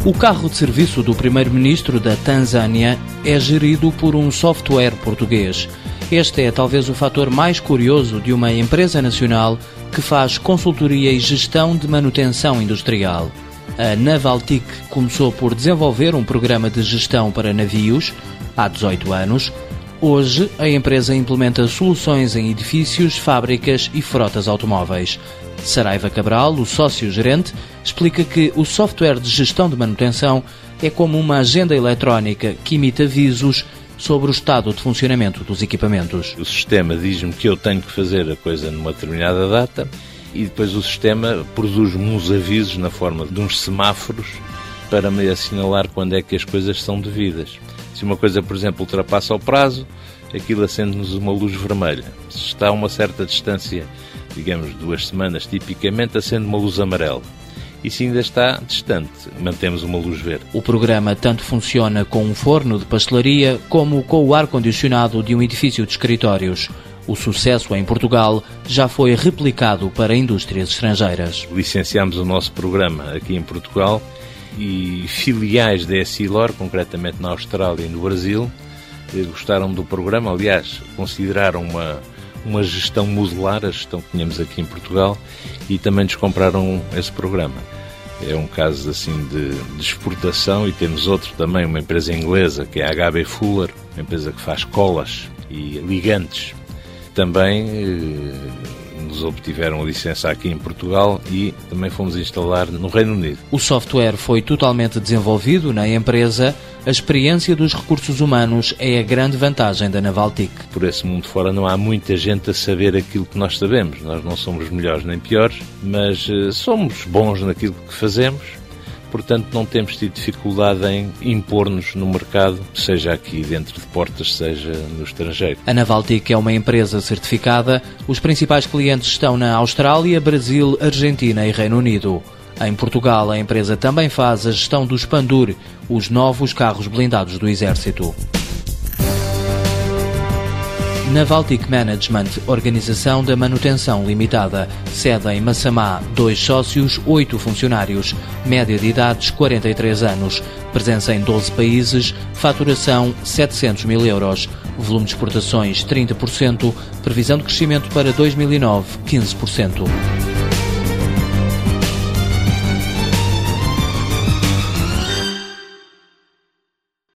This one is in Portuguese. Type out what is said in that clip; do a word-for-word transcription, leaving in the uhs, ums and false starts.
O carro de serviço do primeiro-ministro da Tanzânia é gerido por um software português. Este é talvez o fator mais curioso de uma empresa nacional que faz consultoria e gestão de manutenção industrial. A Navaltic começou por desenvolver um programa de gestão para navios há dezoito anos. Hoje, a empresa implementa soluções em edifícios, fábricas e frotas automóveis. Saraiva Cabral, o sócio-gerente, explica que o software de gestão de manutenção é como uma agenda eletrónica que emite avisos sobre o estado de funcionamento dos equipamentos. O sistema diz-me que eu tenho que fazer a coisa numa determinada data e depois o sistema produz-me uns avisos na forma de uns semáforos para me assinalar quando é que as coisas são devidas. Se uma coisa, por exemplo, ultrapassa o prazo, aquilo acende-nos uma luz vermelha. Se está a uma certa distância, digamos duas semanas, tipicamente acende uma luz amarela. E se ainda está distante, mantemos uma luz verde. O programa tanto funciona com um forno de pastelaria como com o ar-condicionado de um edifício de escritórios. O sucesso em Portugal já foi replicado para indústrias estrangeiras. Licenciámos o nosso programa aqui em Portugal e filiais da Essilor, concretamente na Austrália e no Brasil, gostaram do programa. Aliás, consideraram uma, uma gestão modular, a gestão que tínhamos aqui em Portugal, e também nos compraram esse programa. É um caso assim de, de exportação, e temos outro também, uma empresa inglesa, que é a H B Fuller, uma empresa que faz colas e ligantes. Também eh, nos obtiveram a licença aqui em Portugal e também fomos instalar no Reino Unido. O software foi totalmente desenvolvido na empresa. A experiência dos recursos humanos é a grande vantagem da Navaltic. Por esse mundo fora não há muita gente a saber aquilo que nós sabemos. Nós não somos melhores nem piores, mas uh, somos bons naquilo que fazemos. Portanto, não temos tido dificuldade em impor-nos no mercado, seja aqui dentro de portas, seja no estrangeiro. A Navaltic é uma empresa certificada. Os principais clientes estão na Austrália, Brasil, Argentina e Reino Unido. Em Portugal, a empresa também faz a gestão dos Pandur, os novos carros blindados do Exército. Navaltic Management, Organização da Manutenção Limitada. Sede em Massamá, dois sócios, oito funcionários. Média de idades, quarenta e três anos. Presença em doze países. Faturação, setecentos mil euros. Volume de exportações, trinta por cento. Previsão de crescimento para dois mil e nove, quinze por cento.